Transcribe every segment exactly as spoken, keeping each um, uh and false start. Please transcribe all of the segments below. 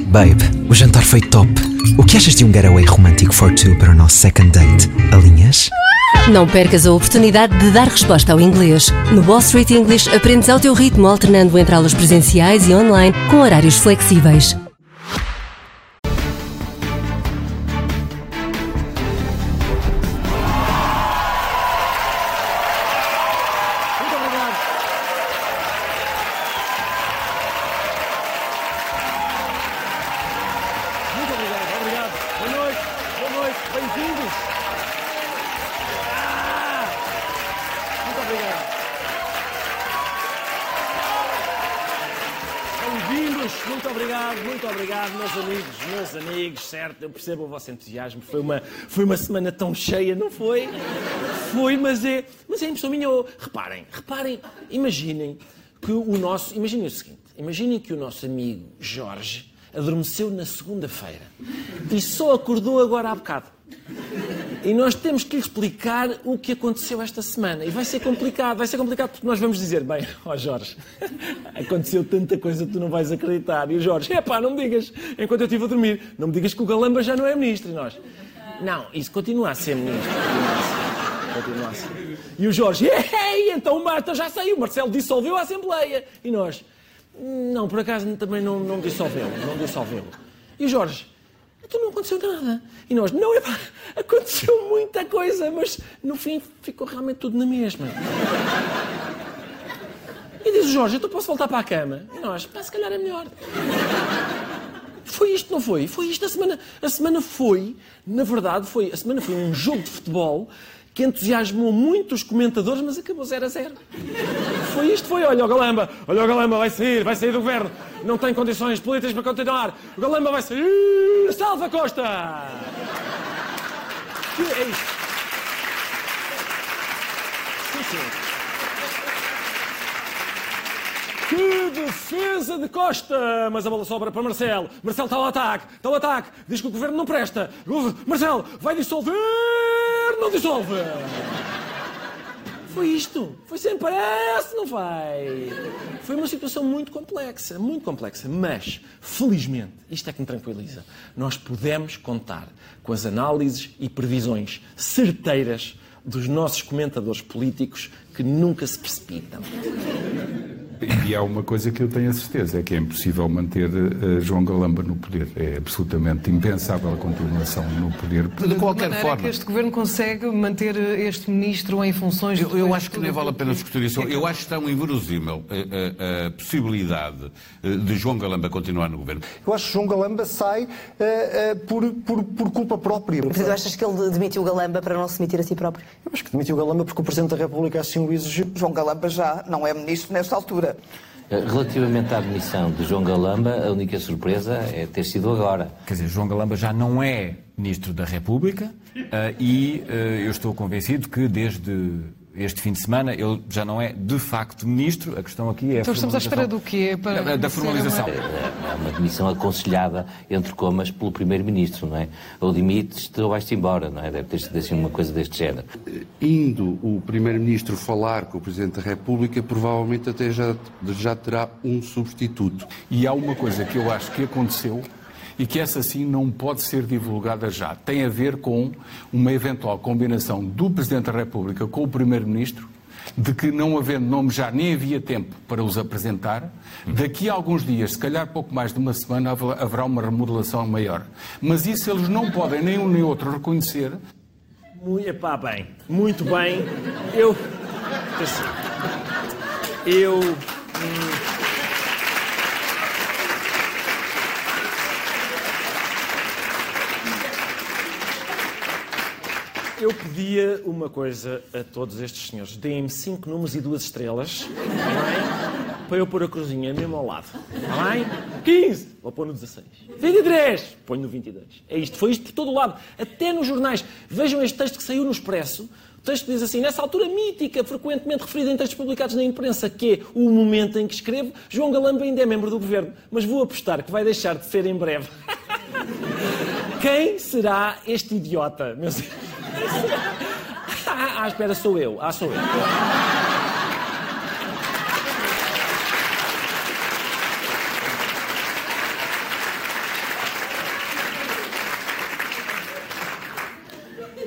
Babe, o jantar foi top. O que achas de um getaway romântico for two para o nosso second date? Alinhas? Não percas a oportunidade de dar resposta ao inglês. No Wall Street English aprendes ao teu ritmo, alternando entre aulas presenciais e online, com horários flexíveis. Certo, eu percebo o vosso entusiasmo. Foi uma, foi uma semana tão cheia, não foi? Foi, mas é, mas é impressão minha. Reparem, reparem, imaginem que o nosso... Imaginem o seguinte, imaginem que o nosso amigo Jorge adormeceu na segunda-feira e só acordou agora há bocado. E nós temos que lhe explicar o que aconteceu esta semana. E vai ser complicado, vai ser complicado porque nós vamos dizer, bem, ó Jorge, aconteceu tanta coisa que tu não vais acreditar. E o Jorge, é pá, não me digas, enquanto eu estive a dormir, não me digas que o Galamba já não é ministro. E nós, não, isso continua a ser ministro. Continua a ser. E o Jorge, ei, então o Marta já saiu, o Marcelo dissolveu a Assembleia. E nós, não, por acaso também não, não dissolveu, não dissolveu. E o Jorge, então não aconteceu nada. E nós, não, é pá, aconteceu muita coisa, mas no fim ficou realmente tudo na mesma. E diz o Jorge, então posso voltar para a cama? E nós, pá, se calhar é melhor. Foi isto, não foi? Foi isto. A semana, a semana foi, na verdade, foi, a semana foi um jogo de futebol que entusiasmou muito os comentadores, mas acabou zero a zero. Foi isto, foi. Olha o Galamba, olha o Galamba, vai sair, vai sair do governo. Não tem condições políticas para continuar. O Galamba vai sair. Salva Costa! Que é isto? Sim, sim. Que defesa de Costa! Mas a bola sobra para Marcelo. Marcelo está ao ataque, está ao ataque. Diz que o governo não presta. Marcelo, vai dissolver! Não dissolve! Foi isto. Foi sempre parece, não vai. Foi uma situação muito complexa, muito complexa. Mas, felizmente, isto é que me tranquiliza, nós podemos contar com as análises e previsões certeiras dos nossos comentadores políticos que nunca se precipitam. E há uma coisa que eu tenho a certeza, é que é impossível manter uh, João Galamba no poder. É absolutamente impensável a continuação no poder, de, de qualquer forma. Que este governo consegue manter este ministro em funções... Eu, eu acho que nem vale a pena discutir isso. Eu acho tão inverosímil a, a, a possibilidade de João Galamba continuar no governo. Eu acho que João Galamba sai uh, uh, por, por, por culpa própria. Mas tu achas que ele demitiu o Galamba para não se demitir a si próprio? Eu acho que demitiu o Galamba porque o Presidente da República assim o exigiu. João Galamba já não é ministro nesta altura. Relativamente à admissão de João Galamba, a única surpresa é ter sido agora. Quer dizer, João Galamba já não é Ministro da República uh, e uh, eu estou convencido que desde este fim de semana ele já não é de facto Ministro. A questão aqui é então a estamos à espera do quê? Para da, da formalização. Uma... É uma admissão aconselhada, entre comas, pelo Primeiro-Ministro, não é? Ou demites-te ou vais-te embora, não é? Deve ter sido assim uma coisa deste género. Indo o Primeiro-Ministro falar com o Presidente da República, provavelmente até já, já terá um substituto. E há uma coisa que eu acho que aconteceu e que essa sim não pode ser divulgada já. Tem a ver com uma eventual combinação do Presidente da República com o Primeiro-Ministro, de que não havendo nome já nem havia tempo para os apresentar. Daqui a alguns dias, se calhar pouco mais de uma semana, haverá uma remodelação maior. Mas isso eles não podem nem um nem outro reconhecer. Epá, bem, muito bem. Eu... Assim, eu... Hum, Eu pedia uma coisa a todos estes senhores. Deem-me cinco números e duas estrelas, bem? Para eu pôr a cruzinha mesmo ao lado. Está bem? quinze, vou pôr no dezasseis. vinte e três, ponho no vinte e dois. É isto, foi isto por todo o lado. Até nos jornais. Vejam este texto que saiu no Expresso. O texto diz assim, nessa altura mítica, frequentemente referida em textos publicados na imprensa, que é o momento em que escrevo, João Galamba ainda é membro do governo, mas vou apostar que vai deixar de ser em breve. Quem será este idiota, meus amigos? Ah, espera, sou eu. Ah, sou eu.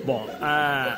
Bom, ah,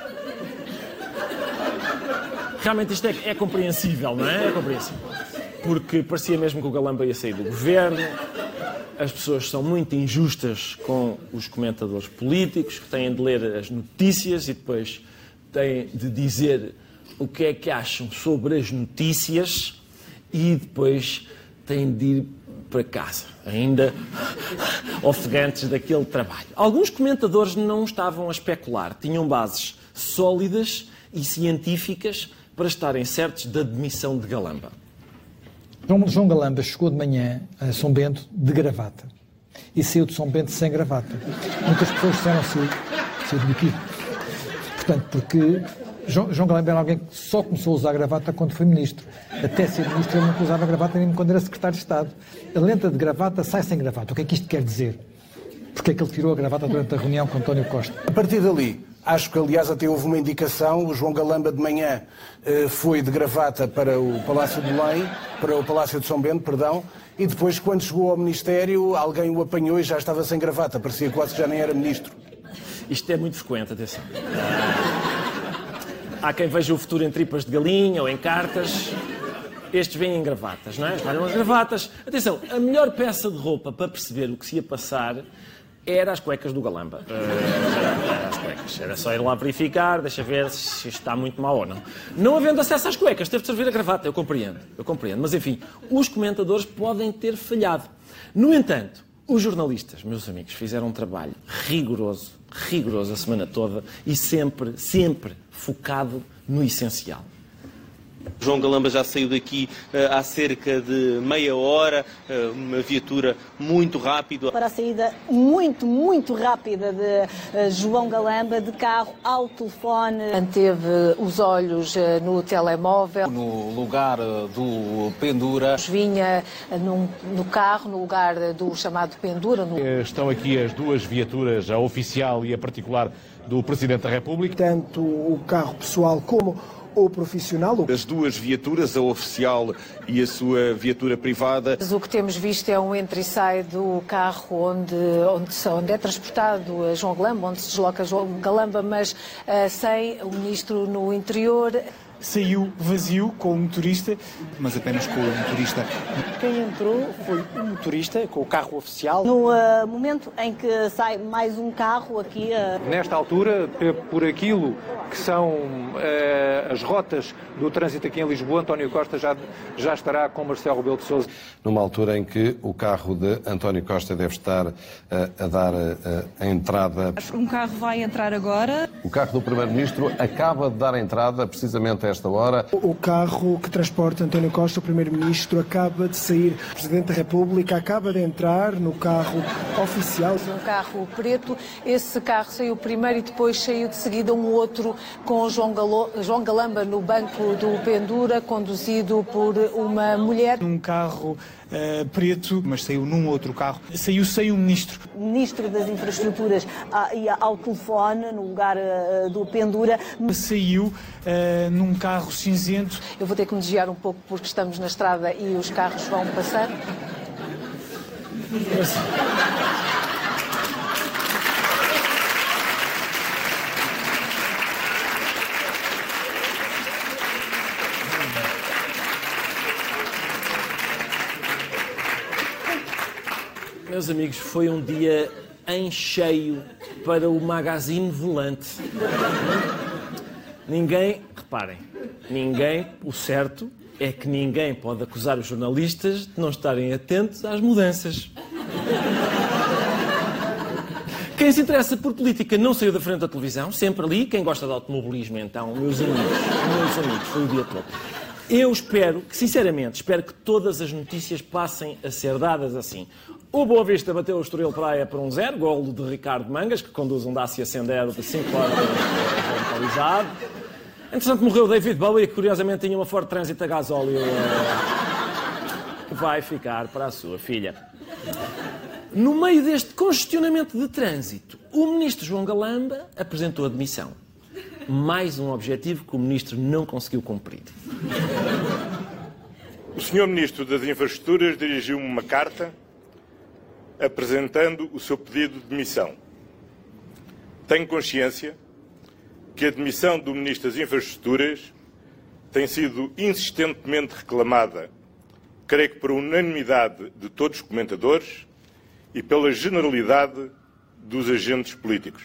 realmente isto é, é compreensível, não é? É compreensível. Porque parecia mesmo que o Galamba ia sair do governo. As pessoas são muito injustas com os comentadores políticos, que têm de ler as notícias e depois têm de dizer o que é que acham sobre as notícias e depois têm de ir para casa, ainda ofegantes daquele trabalho. Alguns comentadores não estavam a especular, tinham bases sólidas e científicas para estarem certos da demissão de Galamba. João Galamba chegou de manhã a São Bento de gravata e saiu de São Bento sem gravata. Muitas pessoas disseram saiu, saiu demitido. Portanto, porque João, João Galamba era alguém que só começou a usar gravata quando foi ministro. Até ser ministro ele nunca usava gravata nem quando era secretário de Estado. Ele entra de gravata, sai sem gravata. O que é que isto quer dizer? Porque é que ele tirou a gravata durante a reunião com António Costa? A partir dali, acho que aliás até houve uma indicação, o João Galamba de manhã eh, foi de gravata para o Palácio de Belém, para o Palácio de São Bento, perdão, e depois quando chegou ao Ministério alguém o apanhou e já estava sem gravata, parecia quase que já nem era ministro. Isto é muito frequente, atenção. Há quem veja o futuro em tripas de galinha ou em cartas. Estes vêm em gravatas, não é? Escolhem as gravatas. Atenção, a melhor peça de roupa para perceber o que se ia passar era as cuecas do Galamba. Uh, era as cuecas. Era só ir lá verificar, deixa ver se está muito mal ou não. Não havendo acesso às cuecas, teve de servir a gravata. Eu compreendo, eu compreendo. Mas, enfim, os comentadores podem ter falhado. No entanto, os jornalistas, meus amigos, fizeram um trabalho rigoroso, rigoroso a semana toda e sempre, sempre focado no essencial. João Galamba já saiu daqui uh, há cerca de meia hora, uh, uma viatura muito rápida. Para a saída muito, muito rápida de uh, João Galamba, de carro ao telefone. Manteve os olhos uh, no telemóvel. No lugar uh, do Pendura. Vinha uh, num, no carro, no lugar uh, do chamado Pendura. No... Estão aqui as duas viaturas, a oficial e a particular do Presidente da República. Tanto o carro pessoal como ou profissional. As duas viaturas, a oficial e a sua viatura privada. O que temos visto é um entra e sai do carro onde, onde, onde é transportado João Galamba, onde se desloca João Galamba, mas uh, sem o ministro no interior. Saiu vazio com o motorista, mas apenas com o motorista. Quem entrou foi o motorista, com o carro oficial. No uh, momento em que sai mais um carro aqui... Uh... Nesta altura, por aquilo que são uh, as rotas do trânsito aqui em Lisboa, António Costa já, já estará com Marcelo Rebelo de Sousa. Numa altura em que o carro de António Costa deve estar uh, a dar uh, a entrada... Um carro vai entrar agora. O carro do Primeiro-Ministro acaba de dar a entrada precisamente a esta hora. O carro que transporta António Costa, o Primeiro-Ministro, acaba de sair. O Presidente da República acaba de entrar no carro oficial. Um carro preto. Esse carro saiu primeiro e depois saiu de seguida um outro com João, Galo... João Galamba no banco do Pendura, conduzido por uma mulher. Um carro uh, preto, mas saiu num outro carro. Saiu sem o Ministro. O Ministro das Infraestruturas uh, ia ao telefone, no lugar uh, do Pendura. Saiu uh, num carro cinzento. Eu vou ter que me desviar um pouco porque estamos na estrada e os carros vão passar. Mas... Meus amigos, foi um dia em cheio para o Magazine Volante. Ninguém, reparem, ninguém, o certo é que ninguém pode acusar os jornalistas de não estarem atentos às mudanças. Quem se interessa por política não saiu da frente da televisão, sempre ali. Quem gosta de automobilismo, então, meus amigos, meus amigos, foi o dia todo. Eu espero, que, sinceramente, espero que todas as notícias passem a ser dadas assim. O Boa Vista bateu o Estoril Praia por um zero, golo de Ricardo Mangas, que conduz um Dacia Sandero de cinco horas localizado. Entretanto, morreu David Bowie, que curiosamente tinha uma Ford Transit a gasóleo, que vai ficar para a sua filha. No meio deste congestionamento de trânsito, o ministro João Galamba apresentou a demissão. Mais um objetivo que o ministro não conseguiu cumprir. O senhor Ministro das Infraestruturas dirigiu-me uma carta apresentando o seu pedido de demissão. Tenho consciência que a demissão do Ministro das Infraestruturas tem sido insistentemente reclamada, creio que por unanimidade de todos os comentadores e pela generalidade dos agentes políticos.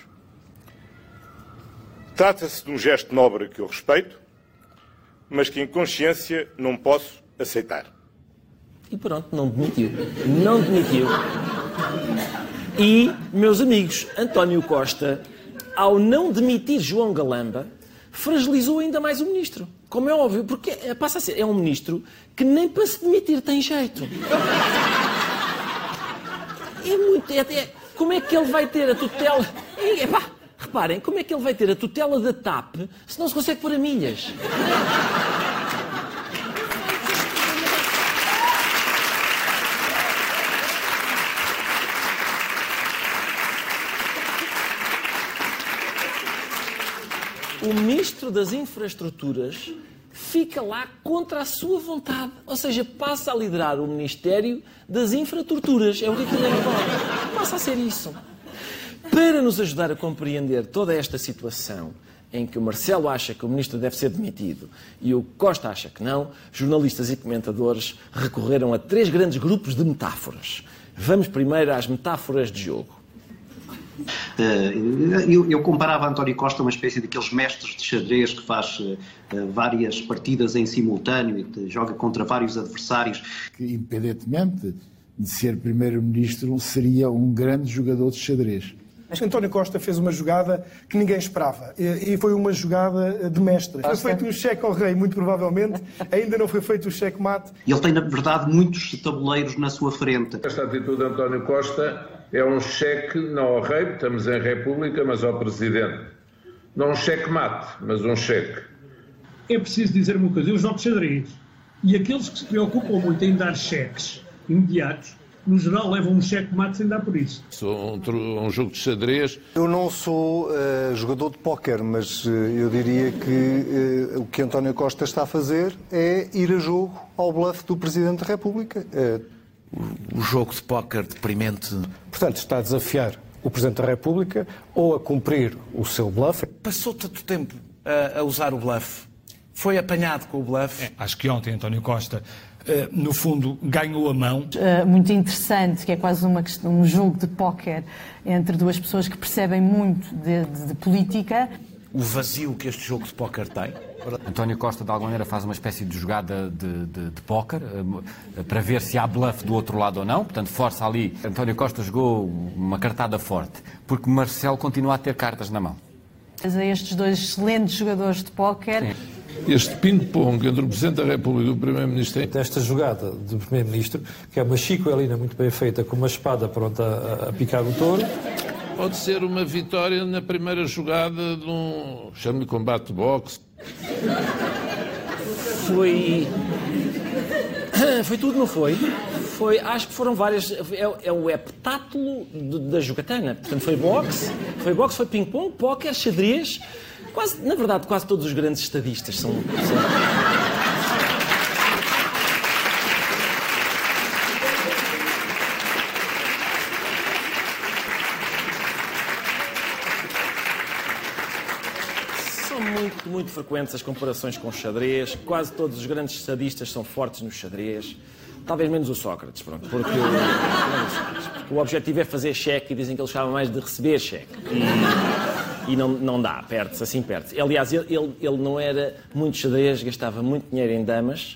Trata-se de um gesto nobre que eu respeito, mas que em consciência não posso aceitar. E pronto, não demitiu. Não demitiu. E, meus amigos, António Costa, ao não demitir João Galamba, fragilizou ainda mais o ministro. Como é óbvio, porque passa a ser, é um ministro que nem para se demitir tem jeito. É muito... É, é, como é que ele vai ter a tutela... É, pá, reparem, como é que ele vai ter a tutela da T A P se não se consegue pôr a milhas? O Ministro das Infraestruturas fica lá contra a sua vontade. Ou seja, passa a liderar o Ministério das Infraestruturas. É o que aquilo é agora. Passa a ser isso. Para nos ajudar a compreender toda esta situação em que o Marcelo acha que o Ministro deve ser demitido e o Costa acha que não, jornalistas e comentadores recorreram a três grandes grupos de metáforas. Vamos primeiro às metáforas de jogo. Eu, eu comparava António Costa a uma espécie daqueles mestres de xadrez que faz uh, várias partidas em simultâneo e que joga contra vários adversários. Que, independentemente de ser primeiro-ministro, seria um grande jogador de xadrez. Acho que António Costa fez uma jogada que ninguém esperava e foi uma jogada de mestre. Foi feito um cheque ao rei, muito provavelmente, ainda não foi feito o cheque-mate. Ele tem, na verdade, muitos tabuleiros na sua frente. Esta atitude de António Costa é um cheque não ao rei, estamos em República, mas ao Presidente. Não um cheque-mate, mas um cheque. É preciso dizer uma coisa, eu jogo de xadrez e aqueles que se preocupam muito em dar cheques imediatos, no geral levam um cheque-mate sem dar por isso. Sou um, um jogo de xadrez. Eu não sou uh, jogador de póquer, mas uh, eu diria que uh, o que António Costa está a fazer é ir a jogo ao bluff do Presidente da República. Uh, o jogo de póquer deprimente. Portanto, está a desafiar o Presidente da República ou a cumprir o seu bluff. Passou tanto tempo a, a usar o bluff. Foi apanhado com o bluff. É, acho que ontem António Costa, uh, no fundo, ganhou a mão. Uh, muito interessante, que é quase uma questão, um jogo de póquer entre duas pessoas que percebem muito de, de, de política. O vazio que este jogo de póquer tem. António Costa, de alguma maneira, faz uma espécie de jogada de, de, de póquer uh, para ver se há bluff do outro lado ou não. Portanto, força ali. António Costa jogou uma cartada forte, porque Marcelo continua a ter cartas na mão. Estes dois excelentes jogadores de póquer. Sim. Este ping-pong entre o Presidente da República e o Primeiro-Ministro... Esta jogada do Primeiro-Ministro, que é uma chicoelina muito bem feita, com uma espada pronta a, a picar o touro... Pode ser uma vitória na primeira jogada de um... chame-lhe combate de boxe. Foi... Foi tudo, não foi? Foi, acho que foram várias... É, é o heptátulo da jogatana. Portanto, foi boxe, foi boxe, foi ping-pong, póquer, xadrez... Quase, na verdade, quase todos os grandes estadistas são... são... São muito, muito frequentes as comparações com o xadrez. Quase todos os grandes estadistas são fortes no xadrez. Talvez menos o Sócrates, pronto, porque, porque o objetivo é fazer cheque e dizem que ele gostava mais de receber cheque. E, e não, não dá, perde-se, assim perde-se. Aliás, ele, ele, ele não era muito xadrez, gastava muito dinheiro em damas.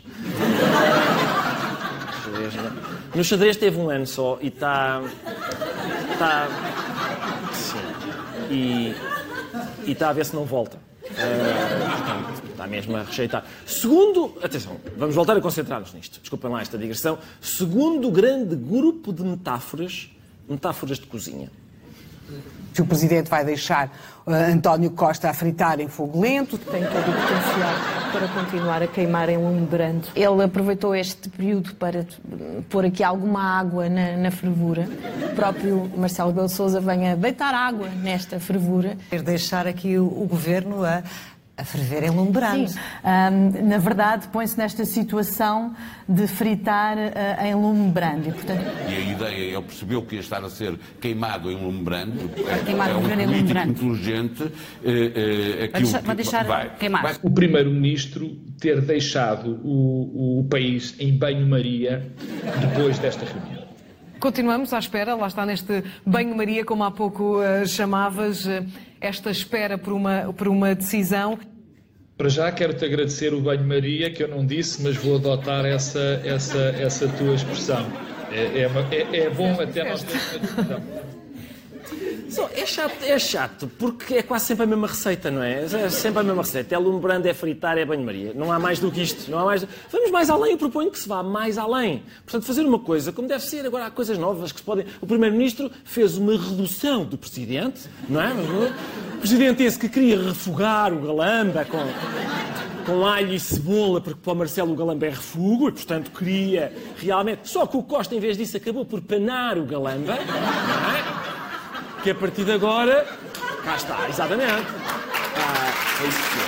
No xadrez teve um ano só e está... Está... Sim. E e está a ver se não volta. Uh, está mesmo a rejeitar. Segundo, atenção, vamos voltar a concentrar-nos nisto. Desculpem lá esta digressão. Segundo grande grupo de metáforas, metáforas de cozinha. Se o Presidente vai deixar uh, António Costa a fritar em fogo lento. Tem todo o potencial para continuar a queimar em um brando. Ele aproveitou este período para pôr aqui alguma água na, na fervura. O próprio Marcelo Rebelo de Sousa vem a deitar água nesta fervura. Deixar aqui o, o Governo a A ferver em lume brando. Sim. Um, na verdade, põe-se nesta situação de fritar uh, em lume brando. E, portanto... e a ideia, ele percebeu que ia estar a ser queimado em lume brando. É, queimado é um em lume brando. inteligente. É, é, vai deixar, vai deixar vai, queimar. Vai... O primeiro-ministro ter deixado o, o país em banho-maria depois desta reunião. Continuamos à espera, lá está neste banho-maria, como há pouco uh, chamavas, uh, esta espera por uma, por uma decisão. Para já quero-te agradecer o banho-maria, que eu não disse, mas vou adotar essa, essa, essa tua expressão. É, é, uma, é, é bom até nós termos uma discussão. É chato, é chato, porque é quase sempre a mesma receita, não é? É sempre a mesma receita. É lume brando, é fritar, é banho-maria. Não há mais do que isto. Não há mais... Vamos mais além, eu proponho que se vá mais além. Portanto, fazer uma coisa como deve ser. Agora há coisas novas que se podem... O Primeiro-Ministro fez uma redução do Presidente, não é? O Presidente esse que queria refogar o Galamba com, com alho e cebola, porque para o Marcelo o Galamba é refugo, e portanto queria realmente... Só que o Costa, em vez disso, acabou por panar o Galamba, não é? Que a partir de agora... Cá está, exatamente. Ah, é isso que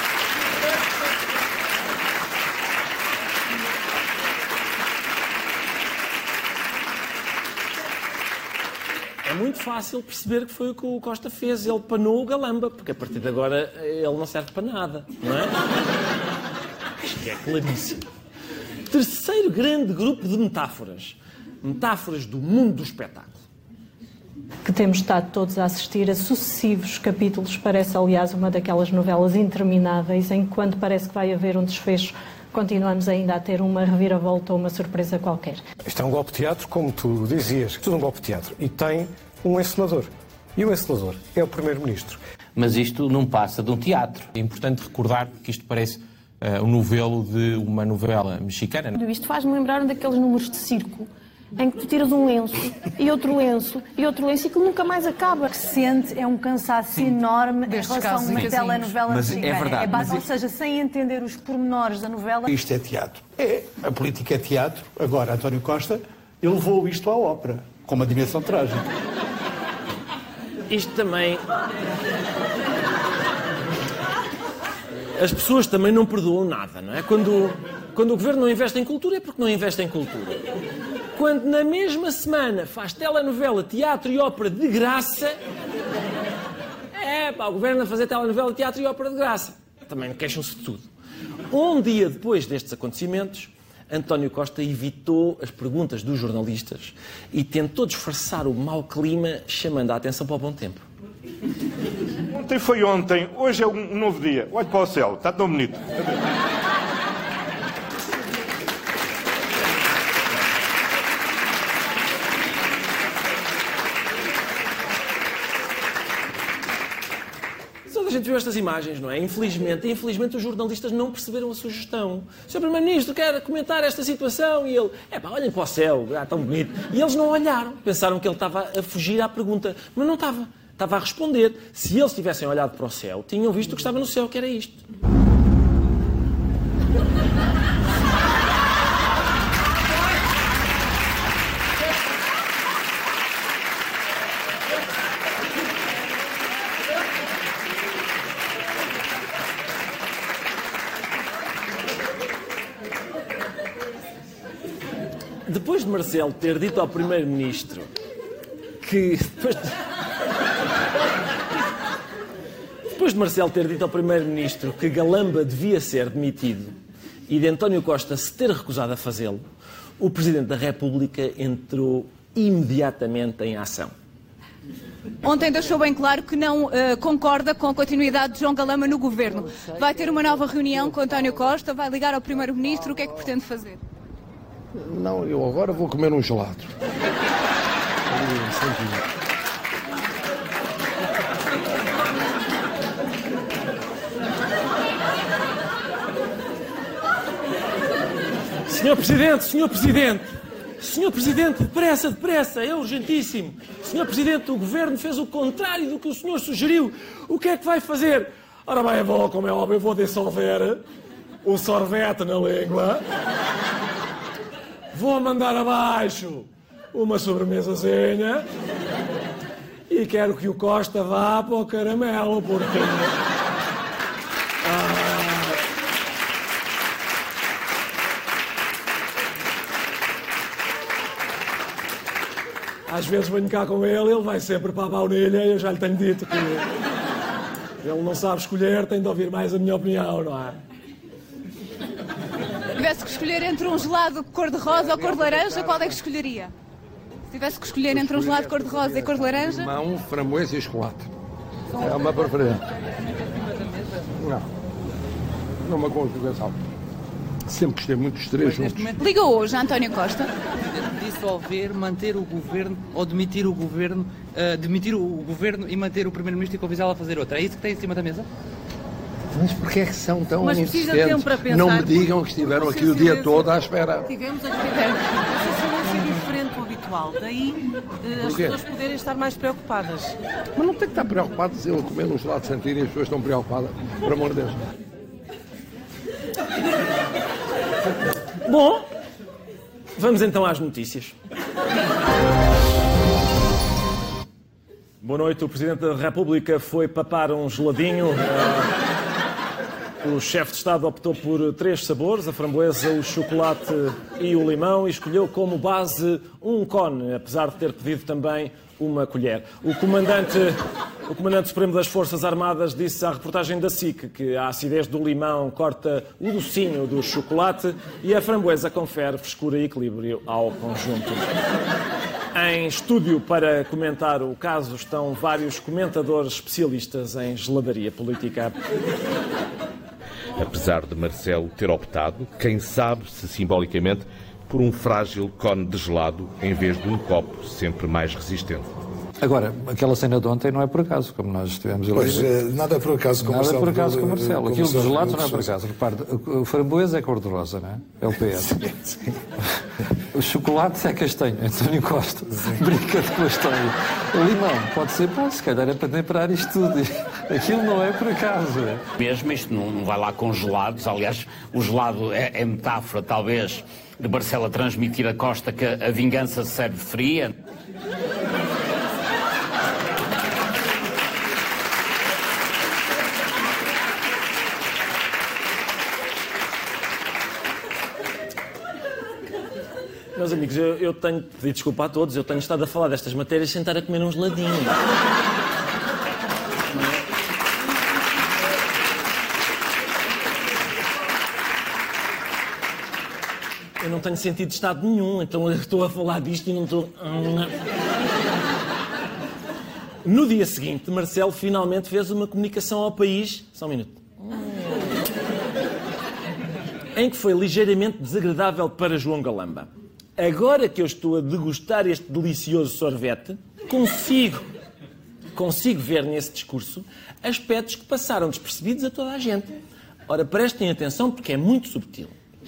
é. É muito fácil perceber que foi o que o Costa fez. Ele panou o Galamba, porque a partir de agora ele não serve para nada, não é? Acho que é claríssimo. Terceiro grande grupo de metáforas. Metáforas do mundo do espetáculo. Que temos estado todos a assistir a sucessivos capítulos. Parece, aliás, uma daquelas novelas intermináveis em que, quando parece que vai haver um desfecho, continuamos ainda a ter uma reviravolta ou uma surpresa qualquer. Isto é um golpe de teatro, como tu dizias, tudo um golpe de teatro. E tem um encenador. E o encenador é o Primeiro-Ministro. Mas isto não passa de um teatro. É importante recordar que isto parece uh, um novelo de uma novela mexicana. Isto faz-me lembrar um daqueles números de circo em que tu tiras um lenço, e outro lenço, e outro lenço, e que nunca mais acaba. O que se sente é um cansaço Sim. enorme em relação a uma telenovela mexicana. É verdade, é base, mas... Ou seja, sem entender os pormenores da novela. Isto é teatro. É, a política é teatro. Agora, António Costa, ele levou isto à ópera, com uma dimensão trágica. Isto também... As pessoas também não perdoam nada, não é? Quando, quando o Governo não investe em cultura, é porque não investe em cultura. Quando na mesma semana faz telenovela, teatro e ópera de graça, é pá, o Governo a fazer telenovela, teatro e ópera de graça. Também queixam-se de tudo. Um dia depois destes acontecimentos, António Costa evitou as perguntas dos jornalistas e tentou disfarçar o mau clima, chamando a atenção para o bom tempo. Ontem foi ontem, hoje é um novo dia. Olhe para o céu, está tão bonito. A gente viu estas imagens, não é? Infelizmente, infelizmente os jornalistas não perceberam a sugestão. O senhor Primeiro-Ministro quer comentar esta situação e ele, é pá, olhem para o céu, ah, tão bonito. E eles não olharam, pensaram que ele estava a fugir à pergunta, mas não estava. Estava a responder. Se eles tivessem olhado para o céu, tinham visto o que estava no céu, que era isto. Depois de Marcelo ter dito ao Primeiro-Ministro que... Depois de... depois de Marcelo ter dito ao Primeiro-Ministro que Galamba devia ser demitido e de António Costa se ter recusado a fazê-lo, o Presidente da República entrou imediatamente em ação. Ontem deixou bem claro que não uh, concorda com a continuidade de João Galamba no Governo. Vai ter uma nova reunião com António Costa, vai ligar ao Primeiro-Ministro, o que é que pretende fazer? Não, eu agora vou comer um gelado. Senhor Presidente, Senhor Presidente, Senhor Presidente, depressa, depressa, é urgentíssimo. Senhor Presidente, o Governo fez o contrário do que o senhor sugeriu. O que é que vai fazer? Ora bem, vou, como é óbvio, vou dissolver o sorvete na língua. Vou mandar abaixo uma sobremesazinha e quero que o Costa vá para o caramelo, porque... às vezes venho cá com ele, ele vai sempre para a baunilha e eu já lhe tenho dito que ele não sabe escolher, tem de ouvir mais a minha opinião, não é? Se tivesse que escolher entre um gelado cor-de-rosa ou cor-de-laranja, qual é que escolheria? Se tivesse que escolher entre um gelado cor-de-rosa e cor-de-laranja? Limão, framboesa e chocolate. É uma preferência. Não. Não é uma conjugação. Sempre gostei muito dos três juntos. Liga hoje a António Costa. Dissolver, manter o governo ou demitir o governo, uh, demitir o governo e manter o primeiro-ministro e convidá-lo a fazer outra. É isso que tem em cima da mesa? Mas porquê é que são tão Mas precisa de tempo para insistentes? pensar. Não me digam que estiveram aqui o dia todo à espera. Tivemos aqui um silêncio diferente do habitual. Daí uh, as pessoas poderem estar mais preocupadas. Mas não tem que estar preocupados eu comer um gelado de santina e as pessoas estão preocupadas. Por amor de Deus. Bom, vamos então às notícias. Boa noite. O Presidente da República foi papar um geladinho. O chefe de Estado optou por três sabores, a framboesa, o chocolate e o limão, e escolheu como base um cone, apesar de ter pedido também uma colher. O comandante, o comandante supremo das Forças Armadas disse à reportagem da S I C que a acidez do limão corta o docinho do chocolate e a framboesa confere frescura e equilíbrio ao conjunto. Em estúdio para comentar o caso estão vários comentadores especialistas em geladaria política. Apesar de Marcelo ter optado, quem sabe se simbolicamente, por um frágil cone de gelado em vez de um copo sempre mais resistente. Agora, aquela cena de ontem não é por acaso, como nós estivemos a ler. Pois, nada é por acaso com o Marcelo. Nada é por acaso com o Marcelo. Aquilo dos gelados não é por Sousa. acaso. Repare, o framboesa é cor-de-rosa, não é? É o P S. Sim, sim. O chocolate é castanho, António Costa. Brinca de castanho. O limão pode ser, pá, se calhar é para temperar isto tudo. Aquilo não é por acaso. É? Mesmo isto não, não vai lá com gelados. Aliás, o gelado é, é metáfora, talvez, de Marcelo a transmitir a Costa que a vingança se serve fria. Meus amigos, eu, eu tenho de pedir desculpa a todos, eu tenho estado a falar destas matérias sem estar a comer um geladinho. Eu não tenho sentido de estado nenhum, então eu estou a falar disto e não estou... No dia seguinte, Marcelo finalmente fez uma comunicação ao país... Só um minuto. Em que foi ligeiramente desagradável para João Galamba. Agora que eu estou a degustar este delicioso sorvete, consigo, consigo ver nesse discurso aspectos que passaram despercebidos a toda a gente. Ora, prestem atenção porque é muito subtil.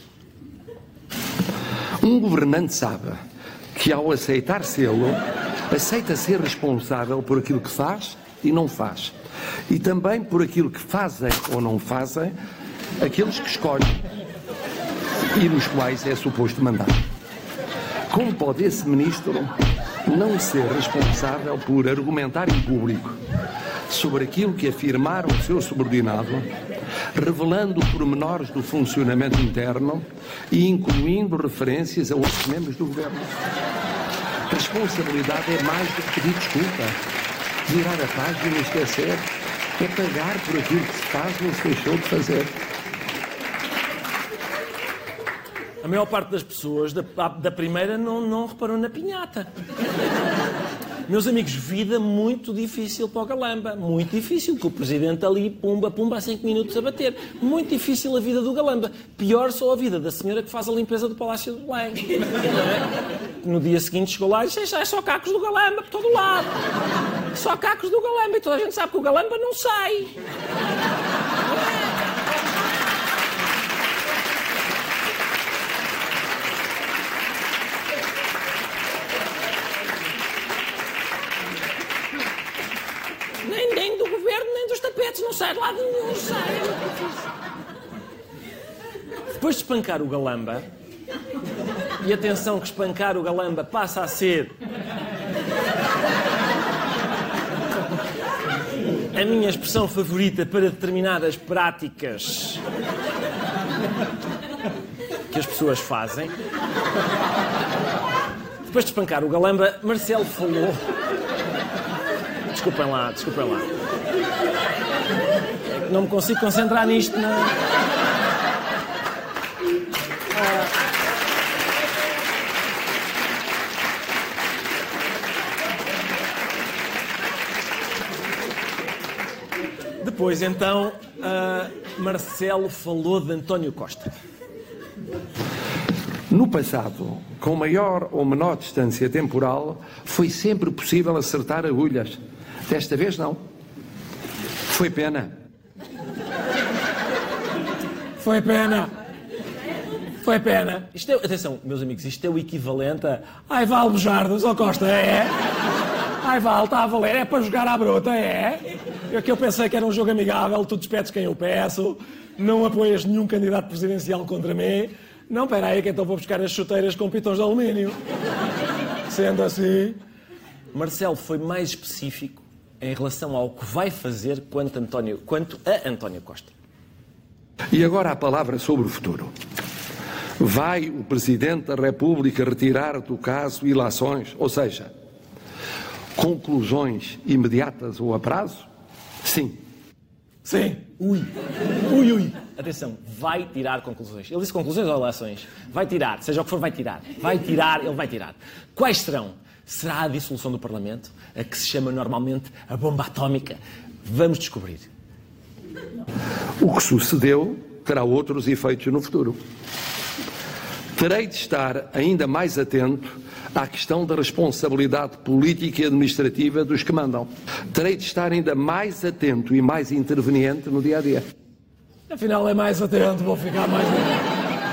Um governante sabe que ao aceitar sê-lo, aceita ser responsável por aquilo que faz e não faz. E também por aquilo que fazem ou não fazem aqueles que escolhem e nos quais é suposto mandar. Como pode esse ministro não ser responsável por argumentar em público sobre aquilo que afirmara o seu subordinado, revelando pormenores do funcionamento interno e incluindo referências a outros membros do governo? Responsabilidade é mais do que pedir desculpa, virar a página e esquecer, é pagar por aquilo que se faz ou se deixou de fazer. A maior parte das pessoas da, da primeira não, não reparou na pinhata. Meus amigos, vida muito difícil para o Galamba. Muito difícil, que o Presidente ali, pumba, pumba, há cinco minutos a bater. Muito difícil a vida do Galamba. Pior só a vida da senhora que faz a limpeza do Palácio de Belém. No dia seguinte chegou lá e disse, é só cacos do Galamba por todo lado. Só cacos do Galamba. E toda a gente sabe que o Galamba não sai. Nem, nem do governo, nem dos tapetes, não sai de lado nenhum, sai, é muito difícil. Depois de espancar o Galamba, e atenção que espancar o Galamba passa a ser a minha expressão favorita para determinadas práticas que as pessoas fazem. Depois de espancar o Galamba, Marcelo falou... Desculpem lá, desculpem lá. É que não me consigo concentrar nisto, não. Ah. Depois, então, uh, Marcelo falou de António Costa. No passado, com maior ou menor distância temporal, foi sempre possível acertar agulhas. Desta vez, não. Foi pena. Foi pena. Foi pena. Isto é, atenção, meus amigos, isto é o equivalente a... Ai, vale Bujardos, ó Costa, é? Ai, vale, está a valer, é para jogar à bruta, é? Eu que eu pensei que era um jogo amigável, tu despedes quem eu peço, não apoias nenhum candidato presidencial contra mim. Não, espera aí, que então vou buscar as chuteiras com pitões de alumínio. Sendo assim... Marcelo foi mais específico em relação ao que vai fazer quanto, António, quanto a António Costa. E agora a palavra sobre o futuro. Vai o Presidente da República retirar do caso ilações, ou seja, conclusões imediatas ou a prazo? Sim. Sim. Ui. Ui, ui. Atenção, vai tirar conclusões. Ele disse conclusões ou ilações? Vai tirar, seja o que for, vai tirar. Vai tirar, ele vai tirar. Quais serão? Será a dissolução do Parlamento, a que se chama normalmente a bomba atómica? Vamos descobrir. O que sucedeu terá outros efeitos no futuro. Terei de estar ainda mais atento à questão da responsabilidade política e administrativa dos que mandam. Terei de estar ainda mais atento e mais interveniente no dia-a-dia. Afinal é mais atento, vou ficar mais atento.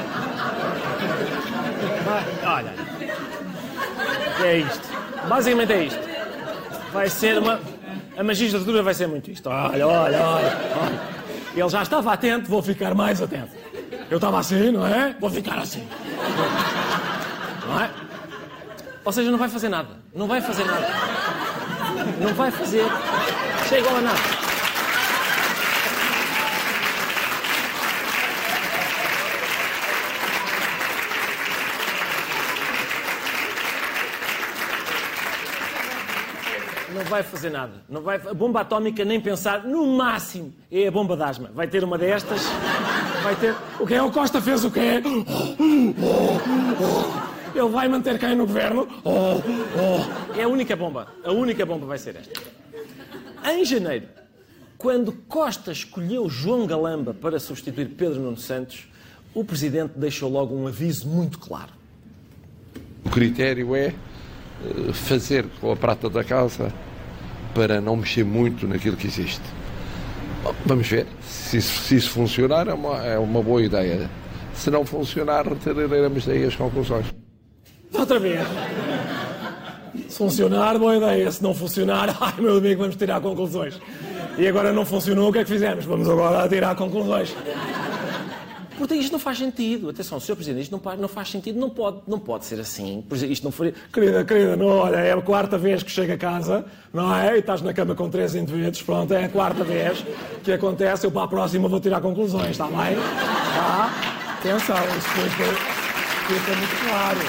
Olha, é isto. Basicamente é isto. Vai ser uma... A magistratura vai ser muito isto. Olha, olha, olha, olha. Ele já estava atento, vou ficar mais atento. Eu estava assim, não é? Vou ficar assim. Não é? Ou seja, não vai fazer nada. Não vai fazer nada. Não vai fazer. Isto é igual a nada. Não vai fazer nada. Não vai... A bomba atómica, nem pensar, no máximo, é a bomba de asma. Vai ter uma destas, vai ter... O que é? O Costa fez o quê? Ele vai manter quem no governo? Oh, oh. É a única bomba. A única bomba vai ser esta. Em janeiro, quando Costa escolheu João Galamba para substituir Pedro Nuno Santos, o Presidente deixou logo um aviso muito claro. O critério é fazer com a prata da casa para não mexer muito naquilo que existe. Bom, vamos ver. Se isso, se isso funcionar, é uma, é uma boa ideia. Se não funcionar, retiraremos daí as conclusões. Outra vez. Se funcionar, boa ideia. Se não funcionar, ai meu amigo, vamos tirar conclusões. E agora não funcionou, o que é que fizemos? Vamos agora tirar conclusões. Portanto, isto não faz sentido. Atenção, senhor Presidente, isto não, não faz sentido, não pode, não pode ser assim. Isto não foi... Querida, querida, não, olha, é a quarta vez que chega a casa, não é? E estás na cama com três indivíduos, pronto, é a quarta vez que acontece, eu para a próxima vou tirar conclusões, está bem? Tá? Atenção, isso fica, fica muito claro.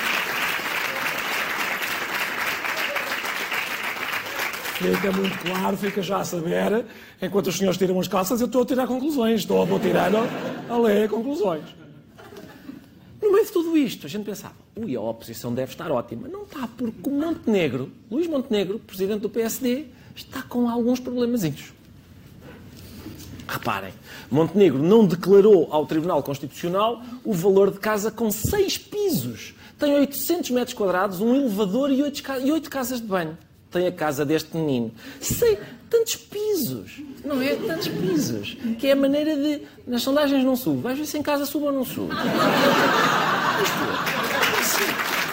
Fica muito claro, fica já a saber, enquanto os senhores tiram as calças, eu estou a tirar conclusões, estou a vou tirar a ler conclusões. No meio de tudo isto, a gente pensava, ui, a oposição deve estar ótima. Não está, porque o Montenegro, Luís Montenegro, presidente do P S D, está com alguns problemazinhos. Reparem, Montenegro não declarou ao Tribunal Constitucional o valor de casa com seis pisos. Tem oitocentos metros quadrados, um elevador e oito, e oito casas de banho. Tem a casa deste menino. Sei, tantos pisos, não é? Tantos pisos. Que é a maneira de... Nas sondagens não sube. Vais ver se em casa sube ou não sube. Isto é assim.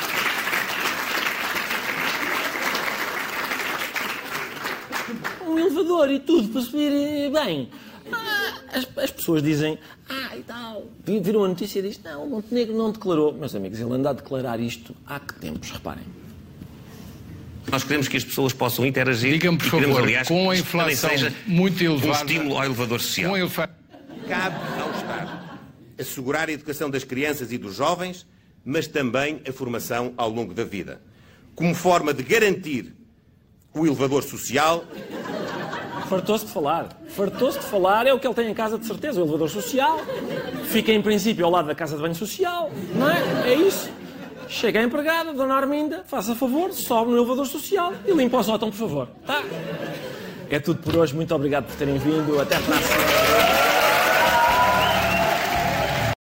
Um elevador e tudo para subir bem. Ah, as, as pessoas dizem... Ah, e tal. Viram a notícia e dizem... Não, o Montenegro não declarou. Meus amigos, ele anda a declarar isto há que tempos, reparem. Nós queremos que as pessoas possam interagir. Diga-me, por queremos, favor, aliás, com a inflação seja muito elevada... um estímulo ao elevador social. Eleva... Cabe ao Estado assegurar a educação das crianças e dos jovens, mas também a formação ao longo da vida, como forma de garantir o elevador social. Fartou-se de falar. Fartou-se de falar, é o que ele tem em casa de certeza, o elevador social. Fica em princípio ao lado da casa de banho social, não é? É isso. Chega a empregada, Dona Arminda, faça favor, sobe no elevador social e limpa o sótão, por favor. Tá? É tudo por hoje, muito obrigado por terem vindo, até para a semana.